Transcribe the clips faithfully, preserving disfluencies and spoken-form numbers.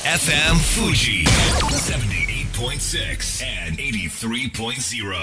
エフエム Fuji seventy-eight point six and eighty-three point zero。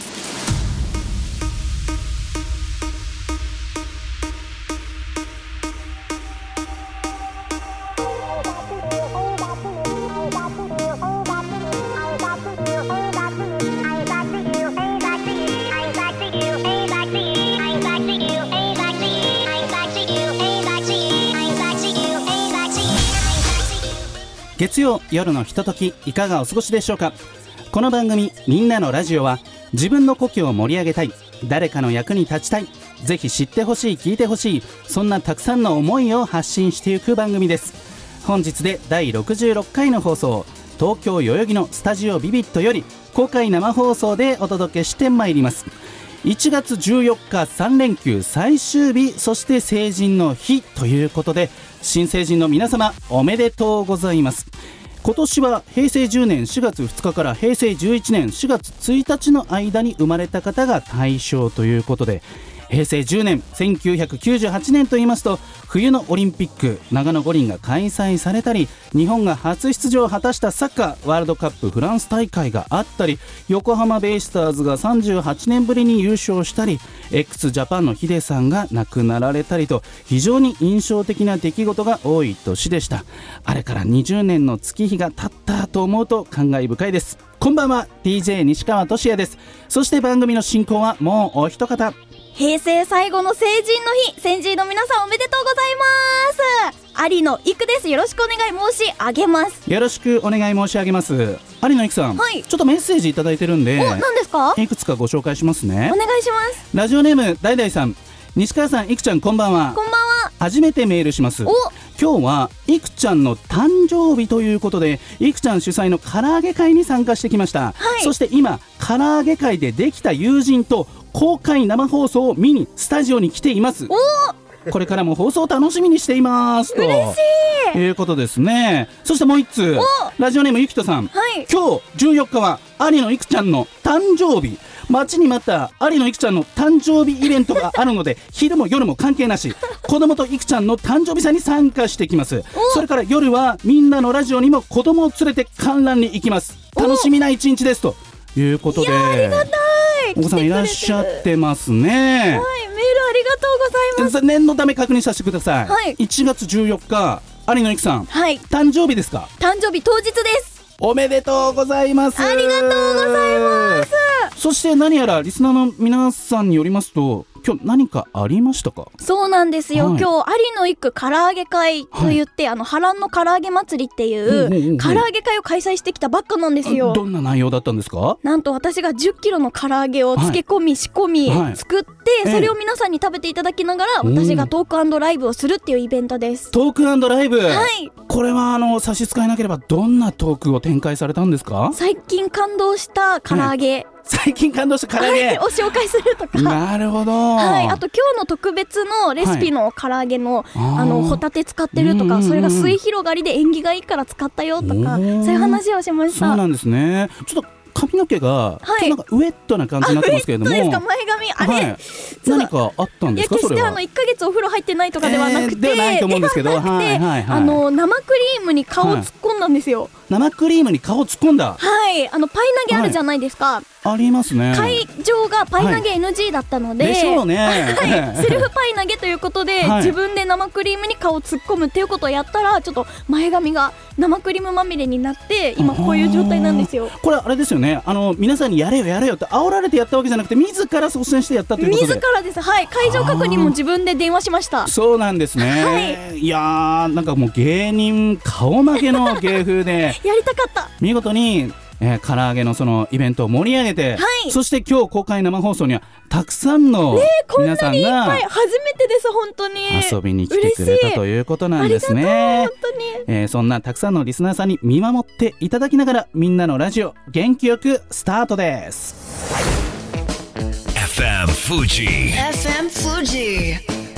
月曜夜のひとときいかがお過ごしでしょうか。この番組みんなのラジオは自分の故郷を盛り上げたい、誰かの役に立ちたい、ぜひ知ってほしい、聞いてほしい、そんなたくさんの思いを発信していく番組です。本日でだいろくじゅうろっかいの放送、東京代々木のスタジオビビットより公開生放送でお届けしてまいります。いちがつじゅうよっかさん連休最終日、そして成人の日ということで、新成人の皆様おめでとうございます。今年はへいせいじゅうねんしがつふつかからへいせいじゅういちねんしがつついたちの間に生まれた方が対象ということで、へいせいじゅうねんせんきゅうひゃくきゅうじゅうはちねんと言いますと、冬のオリンピック長野五輪が開催されたり、日本が初出場を果たしたサッカーワールドカップフランス大会があったり、横浜ベイスターズがさんじゅうはちねんぶりに優勝したり、 x ジャパンのヒデさんが亡くなられたりと、非常に印象的な出来事が多い年でした。あれからにじゅうねんの月日が経ったと思うと感慨深いです。こんばんは、 ディージェー 西川俊也です。そして番組の進行はもうお一方、 平成最後の成人の日、先人の皆さんおめでとうございます。有野育です。よろしくお願い申し上げます。 よろしくお願い申し上げます。有野育さん、はい、ちょっとメッセージいただいてるんで、 お、何ですか？ いくつかご紹介しますね。 お願いします。 ラジオネームだいだいさん、西川さん、いくちゃん、こんばんは。 こんばんは。初めてメールします。 お、 今日はいくちゃんの誕生日ということで、いくちゃん主催の唐揚げ会に参加してきました、はい、そして今唐揚げ会でできた友人と公開生放送を見にスタジオに来ています。 お、 これからも放送を楽しみにしていますと嬉しいいうことですね。そしてもう一通、ラジオネームゆきとさん、 はい、 今日じゅうよっかは有野いくちゃんの誕生日。待ちに待った有野いくちゃんの誕生日イベントがあるので昼も夜も関係なし、子供といくちゃんの誕生日祭に参加してきます。それから夜はみんなのラジオにも子供を連れて観覧に行きます。楽しみな一日ですということで、 いや、ありがたい。 お子さんいらっしゃってますね。 はい、メールありがとうございます。 念のため確認させてください、 はい、 いちがつじゅうよっか有野いくさん、 はい、 誕生日ですか？ 誕生日当日です。 おめでとうございます。 ありがとうございます。 そして何やらリスナーの皆さんによりますと、今日何かありましたか？ そうなんですよ、はい、今日有野育唐揚げ会といって、はい、あの波乱の唐揚げ祭りっていう唐揚げ会を開催してきたばっかなんですよ。 どんな内容だったんですか？ なんと私がじゅっキロの唐揚げを漬け込み、はい、仕込み、はい、作って、それを皆さんに食べていただきながら、私がトーク&ライブをするっていうイベントです。 トーク&ライブ、 はい、 これはあの差し支えなければどんなトークを展開されたんですか？ 最近感動した唐揚げ、はい、 最近感動した唐揚げ、 はい、を紹介するとか。 なるほど、 はい、あと今日の特別のレシピの唐揚げの、はい、あのホタテ使ってるとか、それが末広がりで縁起がいいから使ったよとか、そういう話をしました。 そうなんですね。ちょっと髪の毛が、はい、なんかウェットな感じになってますけれども、 ウェットですか？前髪あれ、はい、 何かあったんですか？ いや、決してあのいっかげつお風呂入ってないとかではなくて、えー、 ではないと思うんですけど、 ではなくて、はいはいはい、あの生クリームに顔突っ込んだんですよ、はい、 生クリームに顔突っ込んだ。 はい、あのパイ投げあるじゃないですか、はい、 ありますね。 会場がパイ投げ エヌジー だったので、 はい、でしょうね、 はい、セルフパイ投げということで、はい、自分で生クリームに顔を突っ込むっていうことをやったら、ちょっと前髪が生クリームまみれになって今こういう状態なんですよ。 これあれですよね、あの皆さんにやれよやれよって煽られてやったわけじゃなくて、自ら率先してやったということで。 自らです。はい、会場確認も自分で電話しました。 そうなんですね、はい、いやー、なんかもう芸人顔負けの芸風でやりたかった。 見事にえー、唐揚げのそのイベントを盛り上げて、はい、そして今日公開生放送にはたくさんの皆さんが、 ね、初めてです。本当に遊びに来てくれたということなんですね。 ありがとう、本当に、 えー、そんなたくさんのリスナーさんに見守っていただきながら、みんなのラジオ元気よくスタートです。 エフエム Fuji エフエム Fuji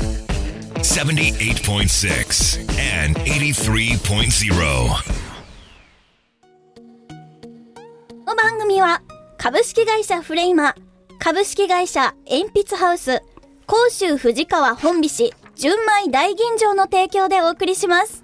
seventy-eight point six and eighty-three point zero。 この番組は株式会社フレイマ、株式会社鉛筆ハウス、甲州藤川本菱純米大吟醸の提供でお送りします。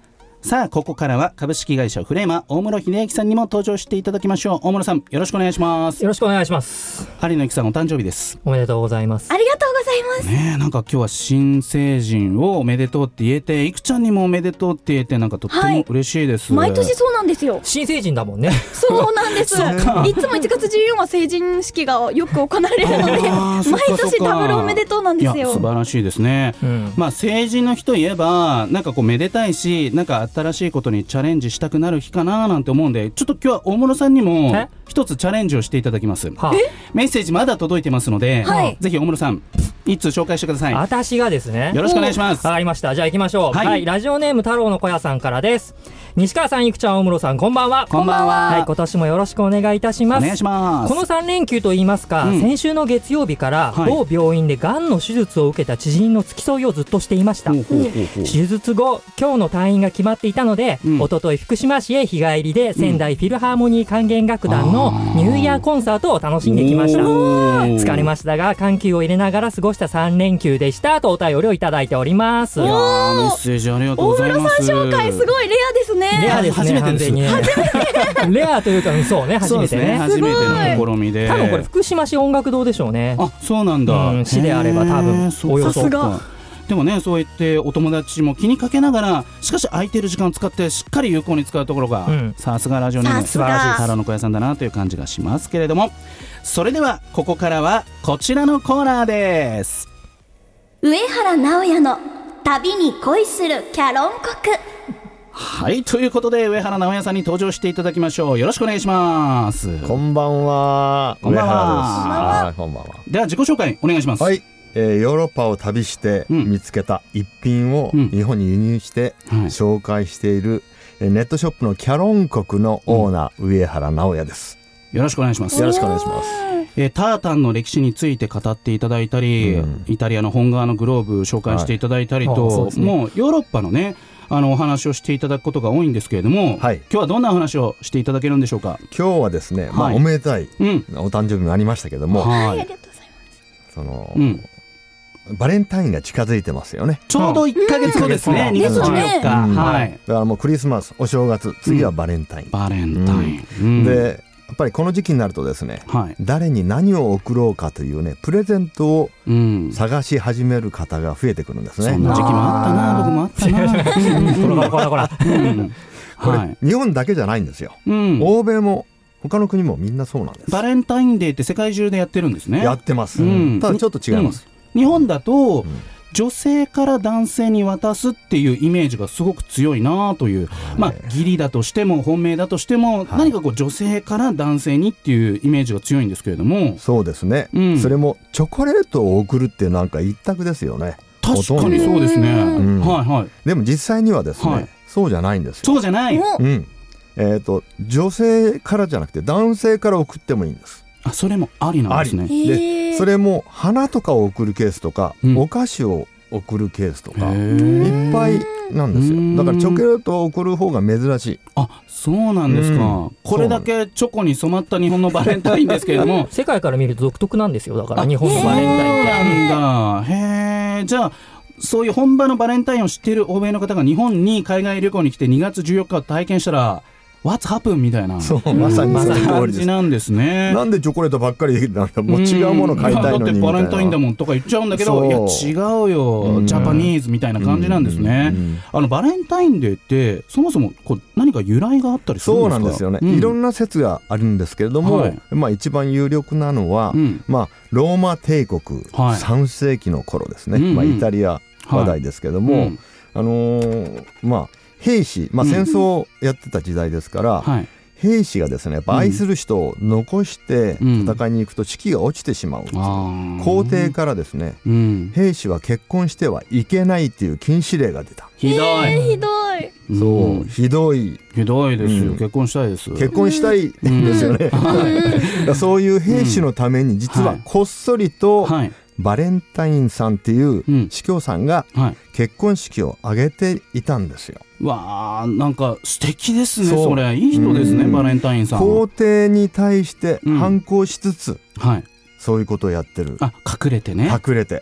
さあここからは株式会社フレーマ大室秀明さんにも登場していただきましょう。大室さんよろしくお願いします。 よろしくお願いします。 有野由紀さんお誕生日です。 おめでとうございます。 ありがとうございますねえ、なんか今日は新成人をおめでとうって言えて、いくちゃんにもおめでとうって言えて、なんかとっても嬉しいです、 はい、毎年そうなんですよ。 新成人だもんね。 そうなんですいつもいちがつじゅうよっかは成人式がよく行われるので毎年ダブルおめでとうなんですよ。 いや素晴らしいですね、うん、まあ成人の日といえばなんかこうめでたいし、なんか新しいことにチャレンジしたくなる日かななんて思うんで、ちょっと今日は大室さんにも一つチャレンジをしていただきます。メッセージまだ届いてますので、はい、ぜひ大室さん一通紹介してください。 私がですね、 よろしくお願いします。 わかりました。じゃあ行きましょう、 はいはい、ラジオネーム太郎の小屋さんからです。西川さん、ゆくちゃん、大室さん、こんばんは。 こんばんは、 はい、今年もよろしくお願いいたします。 お願いします。 このさん連休といいますか、うん、先週の月曜日から某病院でがんの手術を受けた知人の付き添いをずっとしていました。手術後今日の退院が決まっていたので、うん、おととい福島市へ日帰りで仙台フィルハーモニー管弦楽団のニューイヤーコンサートを楽しんできました。疲れましたが緩急を入れながら過ごしたさん連休でしたとお便りをいただいております。 いやー、メッセージありがとうございます。 大室さん紹介すごいレアですね。 レアですね。 初めてです。 ね、レアというか、そうね、初めてね。 初めての試みで。 多分これ福島市音楽堂でしょうね。 あ、そうなんだ。 うん、市であれば多分およそ。 さすが。 でもね、そう言ってお友達も気にかけながら、しかし空いてる時間を使ってしっかり有効に使うところが、さすがラジオネーム素晴らしい太郎の小屋さんだなという感じがしますけれども、それではここからはこちらのコーナーです。 上原直也の旅に恋するキャロン国。 はい、ということで上原直也さんに登場していただきましょう。よろしくお願いします。 こんばんは。 こんばんは。 上原です。こんばんは。 では自己紹介お願いします。 はい、えー、ヨーロッパを旅して見つけた一品を日本に輸入して紹介している、うん、ネットショップのキャロン国のオーナー、うん、上原直也です。 よろしくお願いします。 よろしくお願いします。 えー、タータンの歴史について語っていただいたり、うん、イタリアの本革のグローブ紹介していただいたりと、はい、もうヨーロッパのねあのお話をしていただくことが多いんですけれども、はい、今日はどんな話をしていただけるんでしょうか。 今日はですね、まあ、おめでたい、うん、お誕生日もありましたけども、 はい、ありがとうございます。 その、うん、バレンタインが近づいてますよね。 ちょうどいっかげつごですね、うん、にがつじゅうよっか、うん、はい、 だからもうクリスマス、お正月、次はバレンタイン、うん、 バレンタイン、 うん、でやっぱりこの時期になるとですね、はい、誰に何を贈ろうかというねプレゼントを探し始める方が増えてくるんですね、 うん、そんな時期もあったな、僕もあったなこらこらこらこれ、はい、日本だけじゃないんですよ、うん、欧米も他の国もみんなそうなんです。 バレンタインデーって世界中でやってるんですね。 やってます、うん、ただちょっと違います、 うん、日本だと、うん、女性から男性に渡すっていうイメージがすごく強いなという、まあ、義理だとしても本命だとしても、はい、何かこう女性から男性にっていうイメージが強いんですけれども。 そうですね、うん、それもチョコレートを贈るってなんか一択ですよね。 確かにそうですね、うん、はいはい。 でも実際にはですね、はい、そうじゃないんですよ。 そうじゃない、 うんえー、と女性からじゃなくて男性から贈ってもいいんです。 あ、それもありなんですね。 でそれも花とかを贈るケースとか、うん、お菓子を贈るケースとかいっぱいなんですよ。だからチョコレートを贈る方が珍しい。 あ、そうなんですか、うん、これだけチョコに染まった日本のバレンタインですけれども世界から見ると独特なんですよ。だから日本のバレンタインってなんだ。へー、じゃあそういう本場のバレンタインを知っている欧米の方が日本に海外旅行に来てにがつじゅうよっかを体験したらWhat's happened? みたいな、 そうまさにその通りです。 感じなんですね。 なんでチョコレートばっかりなんだ、もう違うもの買いたいのにみたいな、だってバレンタインだもんとか言っちゃうんだけど、いや違うよ、ジャパニーズみたいな感じなんですね。あのバレンタインデーってそもそもこう何か由来があったりするんですか。 そうなんですよね、うん、いろんな説があるんですけれども、はい、まあ、一番有力なのは、うん、まあ、ローマ帝国さんせいきの頃ですね、はい、まあ、イタリア話題ですけども、はい、あのー、まあ兵士、まあ、戦争をやってた時代ですから、うん、はい、兵士がですねやっぱ愛する人を残して戦いに行くと士気が落ちてしまうんですよ、うん、皇帝からですね、うん、兵士は結婚してはいけないっていう禁止令が出た。 ひどい、えー、ひどい、 そう、 うん、 ひどいひどいですよ、うん、結婚したいです。 結婚したいですよね、うん、そういう兵士のために実はこっそりと、はいはい、バレンタインさんっていう司教さんが結婚式を挙げていたんですよ。 わー、なんか素敵ですね。 そ, それいい人ですね、うん、バレンタインさん。 皇帝に対して反抗しつつ、うん、はい、そういうことをやってる。 あ、隠れてね。 隠れて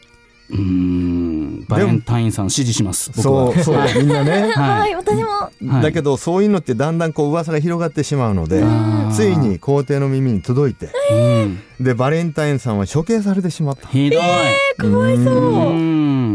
うーんバレンタインさん支持します僕は。 そうそうみんなねはい、私も、はい、だけどそういうのってだんだんこう噂が広がってしまうので、ついに皇帝の耳に届いて、えー、でバレンタインさんは処刑されてしまった。 ひどい、 えー、かわいそう。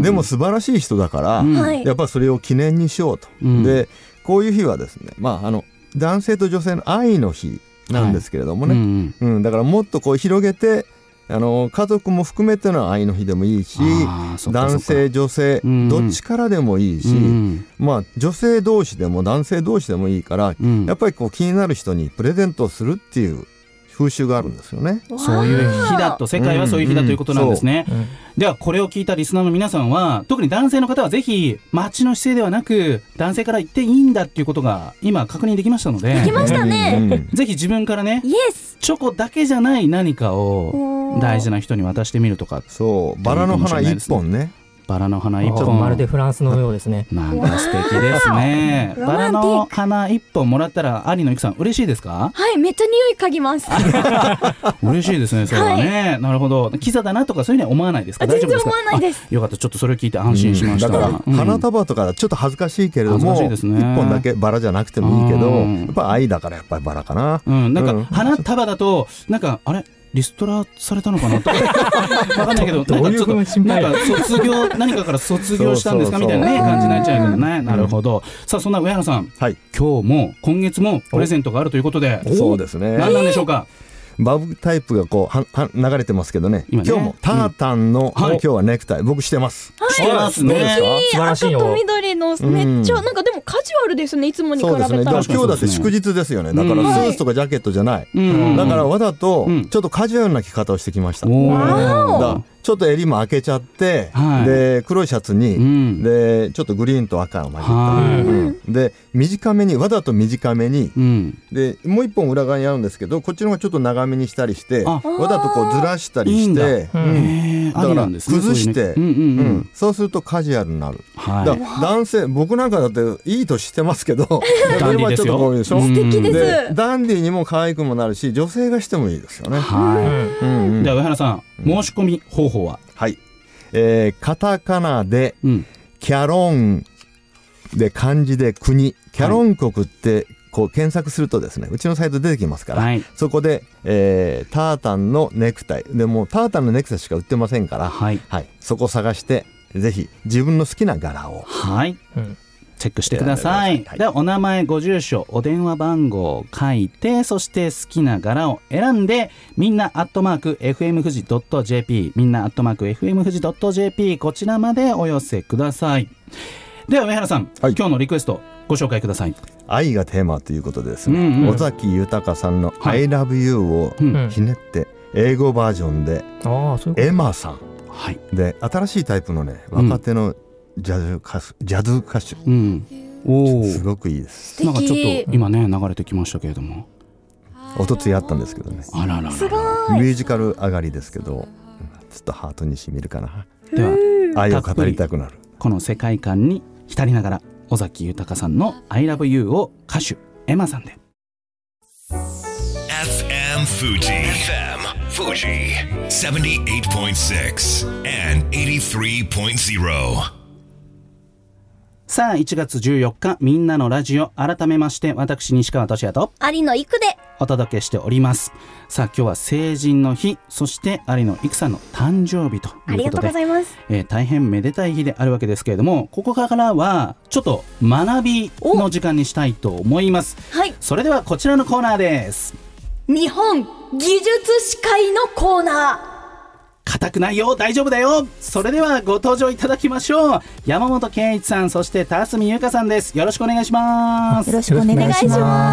でも素晴らしい人だから、うん、やっぱりそれを記念にしようと、うん、でこういう日はですね、まあ、あの男性と女性の愛の日なんですけれどもね、はいうんうん、だからもっとこう広げてあの家族も含めての愛の日でもいいし、男性女性、うん、どっちからでもいいし、うん、まあ女性同士でも男性同士でもいいから、うん、やっぱりこう気になる人にプレゼントをするっていう風習があるんですよね。 そういう日だと、世界はそういう日だということなんですね、うんうん、ではこれを聞いたリスナーの皆さんは、特に男性の方はぜひ街の姿勢ではなく男性から言っていいんだっていうことが今確認できましたので、 できましたね、 ぜひ自分からね、 イエスチョコだけじゃない何かを大事な人に渡してみるとか。 そうバラの花一本ね、 バラの花一本、 まるでフランスのようですね。 なんか素敵ですね。バラの花一本もらったら有野由紀さん嬉しいですか？ はい、めっちゃ匂い嗅ぎます嬉しいですね、それはね、はい、なるほど。キザだなとかそういうのは思わないですか？大丈夫ですか？ 全然思わないです。 よかった、ちょっとそれを聞いて安心しました、 うん、だから、うん、花束とかちょっと恥ずかしいけれども、ね、一本だけバラじゃなくてもいいけど、やっぱ愛だからやっぱりバラかな、 うん、なんか花束だとなんかあれリストラされたのかなと分かんないけど、なんかちょっとなんか卒業何かから卒業したんですかみたいな、ね、感じになっちゃうけどね。なるほど。さあそんな上原さん、はい、今日も今月もプレゼントがあるということで、 そうですね。 何なんでしょうか？ バブタイプがこうはは流れてますけど ね, 今ね今日もタータンの、うんはい、今日はネクタイ僕してます、 はい、 してますね。 素晴らしいよ。 赤と緑のめっちゃなんかでもカジュアルですね、いつもに比べたら。 そうですね。でも今日だって祝日ですよね。だからスーツとかジャケットじゃない、うん、だからわざとちょっとカジュアルな着方をしてきました、うん、だちょっと襟も開けちゃって、はい、で黒いシャツに、うん、でちょっとグリーンと赤を混じった、うん、で短めにわざと短めに、うん、でもう一本裏側にあるんですけど、こっちの方がちょっと長めにしたりして、わざとこうずらしたりして、だ, うん、だから崩して、うんうんうん、そうするとカジュアルになる、はい、だ男性僕なんかだっていい年してますけどダンディーですよ。 こういうでしょ。 素敵です。 でダンディーにも可愛くもなるし女性がしてもいいですよね。 はい、うんうん、では上原さん、申し込み方法は？ はい、えー、カタカナで、うん、キャロンで漢字で国、キャロン国ってこう検索するとですね、うちのサイト出てきますから、はい、そこで、えー、タータンのネクタイでもタータンのネクタイしか売ってませんから、はいはい、そこ探してぜひ自分の好きな柄を、 はい、うん、チェックしてください。ではお名前、ご住所、お電話番号を書いて、そして好きな柄を選んで、みんなアットマーク エフエム 富士 .jp みんなアットマーク エフエム 富士 .jp こちらまでお寄せください。では上原さん、はい、今日のリクエストご紹介ください。 愛がテーマということでですね、うんうん、尾崎豊さんの I love you をひねって英語バージョンで、うん、エマさん、はい、で新しいタイプのね若手のジャズ歌手、ジャズ歌手、うん、おすごくいいです。 なんかちょっと今ね流れてきましたけれども、 おとついあったんですけどね、 あららら、 すごいミュージカル上がりですけど、ちょっとハートにしみるかな。では愛を語りたくなるこの世界観に浸りながら、尾崎豊さんの I love you を歌手エマさんで。 エフエム Fujiエフエム Fuji セブンティーエイトポイントシックス and エイティスリーポイントゼロ。 さあいちがつじゅうよっか、みんなのラジオ、改めまして私西川俊也と有野育でお届けしております。さあ今日は成人の日、そして有野育さんの誕生日ということで、 ありがとうございます、 えー、大変めでたい日であるわけですけれども、ここからはちょっと学びの時間にしたいと思います。はい、それではこちらのコーナーです。 日本技術史会のコーナー。 硬くないよ、大丈夫だよ。それではご登場いただきましょう。山本圭一さん、そして田住優香さんです。よろしくお願いします。 よろしくお願いします。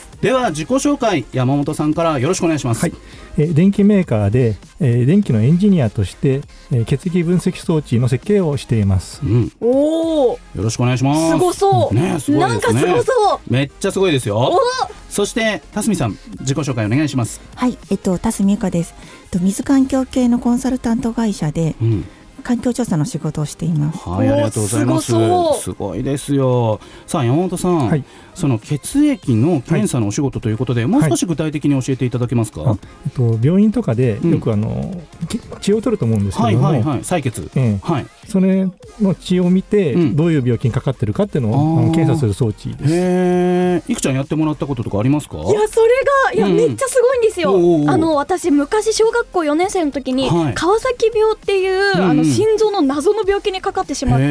では自己紹介、山本さんからよろしくお願いします。 はい、えー、電気メーカーで、えー、電気のエンジニアとして、えー、血液分析装置の設計をしています、うん、 おお、 よろしくお願いします。 すごそう、ね、すごいですね。なんかすごそう、 めっちゃすごいですよ。そして田住さん、自己紹介お願いします。 はい、えっと田住優香です。と水環境系のコンサルタント会社で、うん、 環境調査の仕事をしています。 はい、ありがとうございます。すごそう、すごいですよ。さあ山本さん、はい、その血液の検査のお仕事ということで、はい、もう少し具体的に教えていただけますか。はい、 えっと、病院とかでよくあの、うん、血を取ると思うんですけども、はいはいはい、 採血、 えーはい、それの血を見て、うん、どういう病気にかかってるかっていうのを、あの検査する装置です。 へー、いくちゃんやってもらったこととかありますか。 いや、それがいや、うん、めっちゃすごいんですよ。おうおう、あの私昔小学校よねん生の時に、はい、川崎病っていう、うん、あの心臓の謎の病気にかかってしまって、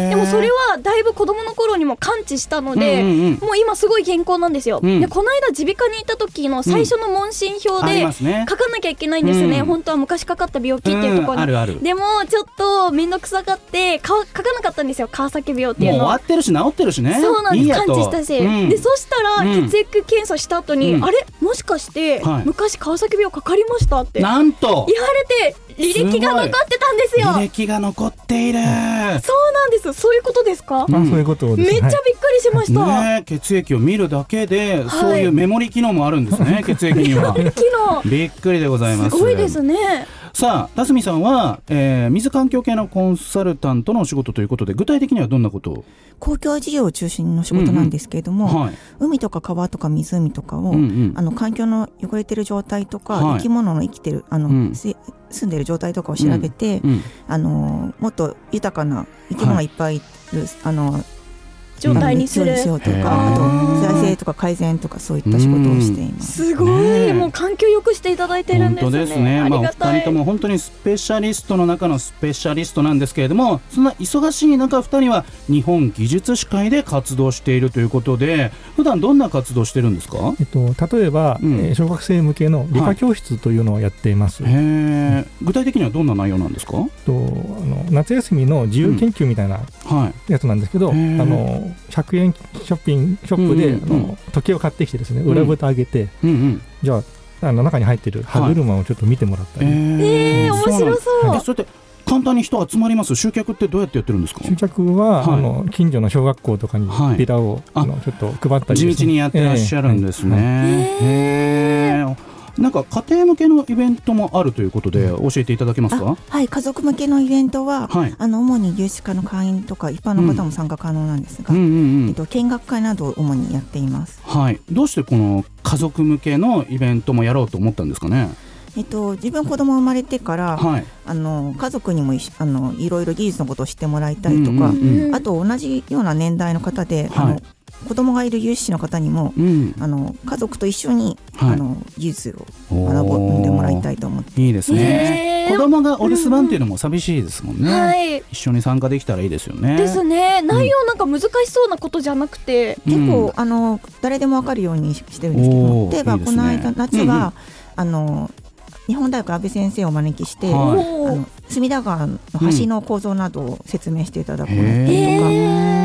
でもそれはだいぶ子供の頃にも完治したので、うんうんうん、もう今すごい健康なんですよ。うん、でこの間耳鼻科に行った時の最初の問診票で、うん、書かなきゃいけないんですね、うん、本当は昔かかった病気っていうところに、うん、あるある。でもちょっと面倒くさがってか書かなかったんですよ、川崎病っていうの。 もう終わってるし治ってるしね。 そうなんです、完治したし、うん、でそしたら血液検査した後に、うん、あれもしかして、はい、昔川崎病かかりましたってなんと言われて、履歴が残ってたんですよ。 履歴が残っている。そうなんです。そういうことですか。 うん、そういうことです。 めっちゃびっくりしました、 ね、血液を見るだけで、はい、そういうメモリ機能もあるんですね血液には。 メモリ機能びっくりでございます。 すごいですね。 さあ辰巳さんは、えー、水環境系のコンサルタントのお仕事ということで、具体的にはどんなことを。 公共事業を中心の仕事なんですけれども、うんうんはい、海とか川とか湖とかを、うんうん、あの環境の汚れてる状態とか、はい、生き物の生きてるあの、うん、住んでる状態とかを調べて、うんうん、あのもっと豊かな生き物がいっぱいいる、はい、あの状態にするしようとか、あと財政とか改善とかそういった仕事をしています。 すごい、ね、もう環境良くしていただいてるんですね。 本当ですね。まあ、お二人とも本当にスペシャリストの中のスペシャリストなんですけれども、そんな忙しい中ふたりは日本技術士会で活動しているということで、普段どんな活動してるんですか。 えっと、例えば、うんえー、小学生向けの理科教室というのをやっています、はい、 へ具体的にはどんな内容なんですか。 とあの夏休みの自由研究みたいなやつなんですけど、うんはい、あのひゃくえんショッピングショップで、うんうんうん、あの時計を買ってきてですね、裏蓋上げて、うんうん、じゃあ、あの中に入ってる歯車をちょっと見てもらったり、はい、 えーえー、面白そう。 はい、それって簡単に人集まります。集客ってどうやってやってるんですか。 集客は、はい、あの近所の小学校とかにビラを、はい、あのちょっと配ったり、ね、 地道にやってらっしゃるんですね。えーはい、へーなんか家庭向けのイベントもあるということで教えていただけますか。 はい、家族向けのイベントは、はい、あの主に有識家の会員とか一般の方も参加可能なんですが、うんうんうんうんえっと、見学会などを主にやっています。 はい、どうしてこの家族向けのイベントもやろうと思ったんですかね。 えっと、自分子供生まれてから、はい、あの家族にもいあのいろいろ技術のことを知ってもらいたいとか、うんうんうん、あと同じような年代の方で、はい、あの子供がいる有志士の方にも、うん、あの家族と一緒に、はい、あの技術を学んでもらいたいと思って。 いいですね。子供がお留守番っていうのも寂しいですもんね、うんはい、一緒に参加できたらいいですよね。 ですね。内容なんか難しそうなことじゃなくて、 うん、結構あの誰でも分かるようにしてるんですけど、例えばこの間夏は、うんうん、あの日本大学安倍先生をお招きして、はい、あの隅田川の橋の構造などを説明していただくものとか、うん、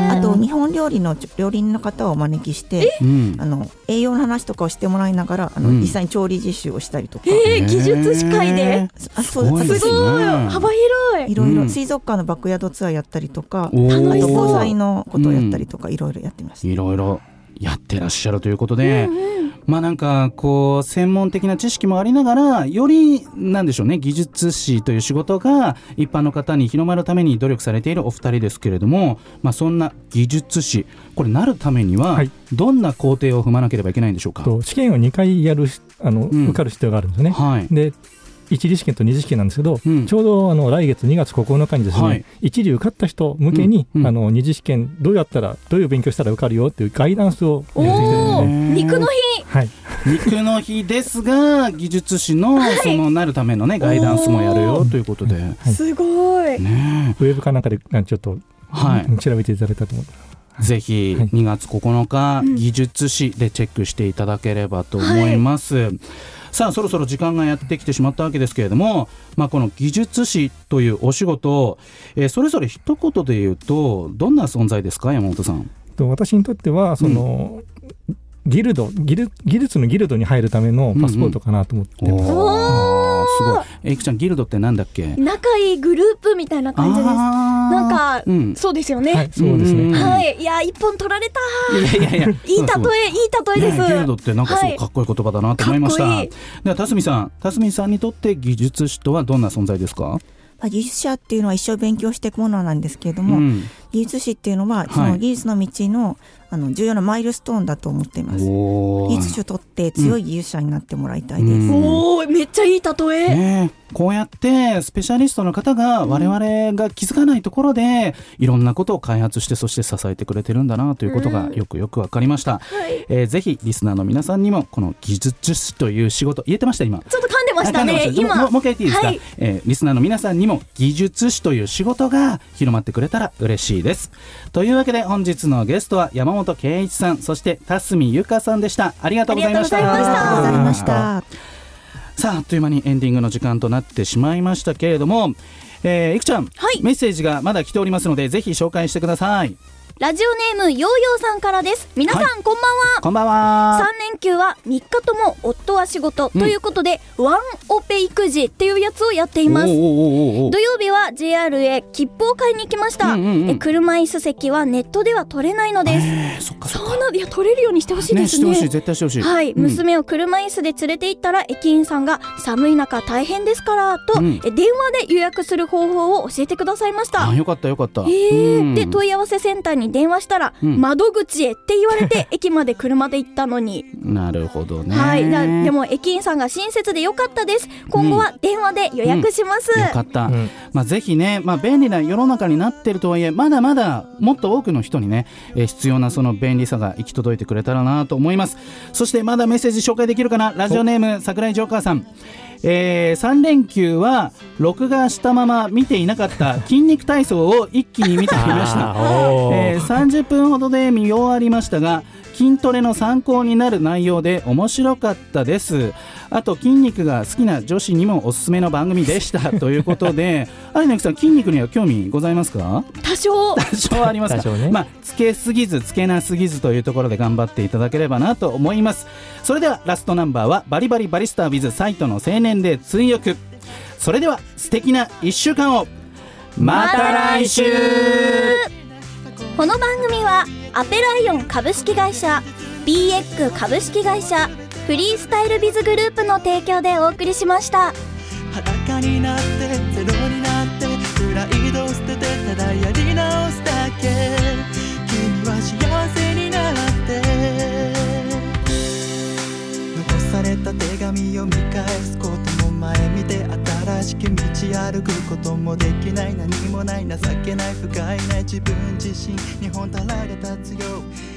あと日本料理の料理人の方をお招きして、あの栄養の話とかをしてもらいながらあの、うん、実際に調理実習をしたりとか、 えー、技術士会であそうすごいですね。幅広いいろいろ水族館のバックヤードツアーやったりとか、あと防災のことをやったりとか、いろいろやってました。 いろいろやってらっしゃるということで、うんうん、まあなんかこう専門的な知識もありながら、よりなんでしょうね、技術士という仕事が一般の方に広まるために努力されているお二人ですけれども、まあそんな技術士、これなるためにはどんな工程を踏まなければいけないんでしょうか。 はい、試験をにかいやるあの、うん、受かる必要があるんですね。はい、で一次試験と二次試験なんですけど、うん、ちょうどあの来月にがつここのかにですね、はい、一次受かった人向けに、うんうん、あの二次試験どうやったらどういう勉強したら受かるよっていうガイダンスをやってきてるんですね。 肉の日、 はい、 肉の日ですが技術士のそのなるための、ね、ガイダンスもやるよということで、はい、 すごい、 ね、 ウェブかなんかでちょっと、はい、調べていただいたと思います。 ぜひにがつここのか、はい、技術士でチェックしていただければと思います、はい。さあそろそろ時間がやってきてしまったわけですけれども、まあ、この技術士というお仕事、えー、それぞれ一言で言うとどんな存在ですか、山本さん。 私にとってはその、うん、ギルドギル技術のギルドに入るためのパスポートかなと思ってます、うんうん、 すごい。えいくちゃん、ギルドってなんだっけ。 仲いいグループみたいな感じです。なんか、うん、そうですよね。 はい、そうですね。 はい、いや一本取られた。いやいやいや、いい例え、いい例えです、 ね。ギルドってなんかそう、はい、かっこいい言葉だなと思いました。かっこいい。では辰巳さん、辰巳さんにとって技術士とはどんな存在ですか。 まあ、技術者っていうのは一生勉強していくものなんですけれども、うん、技術士っていうのはその技術の道の、はい、あの重要なマイルストーンだと思っています。技術士を取って強い技術者になってもらいたいです。うん、 おー、めっちゃいい例え、 ね、こうやってスペシャリストの方が我々が気づかないところでいろんなことを開発して、そして支えてくれてるんだなということがよくよく分かりました。うん、はい、えー、ぜひリスナーの皆さんにもこの技術士という仕事、言えてました今？ ちょっと噛んでましたね今。 もう一回言っていいですか？はい、えー、リスナーの皆さんにも技術士という仕事が広まってくれたら嬉しいです。というわけで本日のゲストは山本圭一さん、そして辰巳ゆかさんでした。ありがとうございました。 ありがとうございました。 さあ、あっという間にエンディングの時間となってしまいましたけれども、えー、いくちゃん、はい、メッセージがまだ来ておりますのでぜひ紹介してください。 ラジオネームヨーヨーさんからです。皆さん、はい、こんばんは。 こんばんは。 さん連休はみっかとも夫は仕事ということで、うん、ワンオペ育児っていうやつをやっています。土曜日は ジェイアール へ切符を買いに行きました。うんうんうん、え車椅子席はネットでは取れないのです。 えー、そっかそっか。 そうなんで、いや取れるようにしてほしいですね。 ね、してほしい、絶対してほしい。 はい、うん、娘を車椅子で連れて行ったら駅員さんが寒い中大変ですからと、うん、え電話で予約する方法を教えてくださいました。 あ、よかったよかった。 えーうん、で問い合わせセンターに電話したら、うん、窓口へって言われて駅まで車で行ったのになるほどね。 はい、だでも駅員さんが親切でよかったです。今後は電話で予約します。 うんうん、よかった。うん、まあ、ぜひね、まあ、便利な世の中になってるとはいえ、まだまだもっと多くの人にね、えー、必要なその便利さが行き届いてくれたらなと思います。そしてまだメッセージ紹介できるかな。ラジオネーム桜井ジョーカーさん、えー、さん連休は録画したまま見ていなかった筋肉体操を一気に見てきました。えー、さんじゅっぷんほどで見終わりましたが、筋トレの参考になる内容で面白かったです。あと筋肉が好きな女子にもおすすめの番組でしたということで有野さん、筋肉には興味ございますか？ 多少多少ありますか？ね、まあ、つけすぎずつけなすぎずというところで頑張っていただければなと思います。それではラストナンバーはバリバリバリスタ with サイトの青年で追憶。それでは素敵ないっしゅうかんを。また来週。 この番組はアペライオン株式会社、 ビーエック 株式会社、フリースタイルビズグループの提供でお送りしました。 裸になってゼロになってプライドを捨ててただやり直すだけ。君は幸せになって残された手紙を見返すことも前見て、新しき道歩くこともできない。何もない情けない不甲斐ない自分自身にほんたられ立つよ。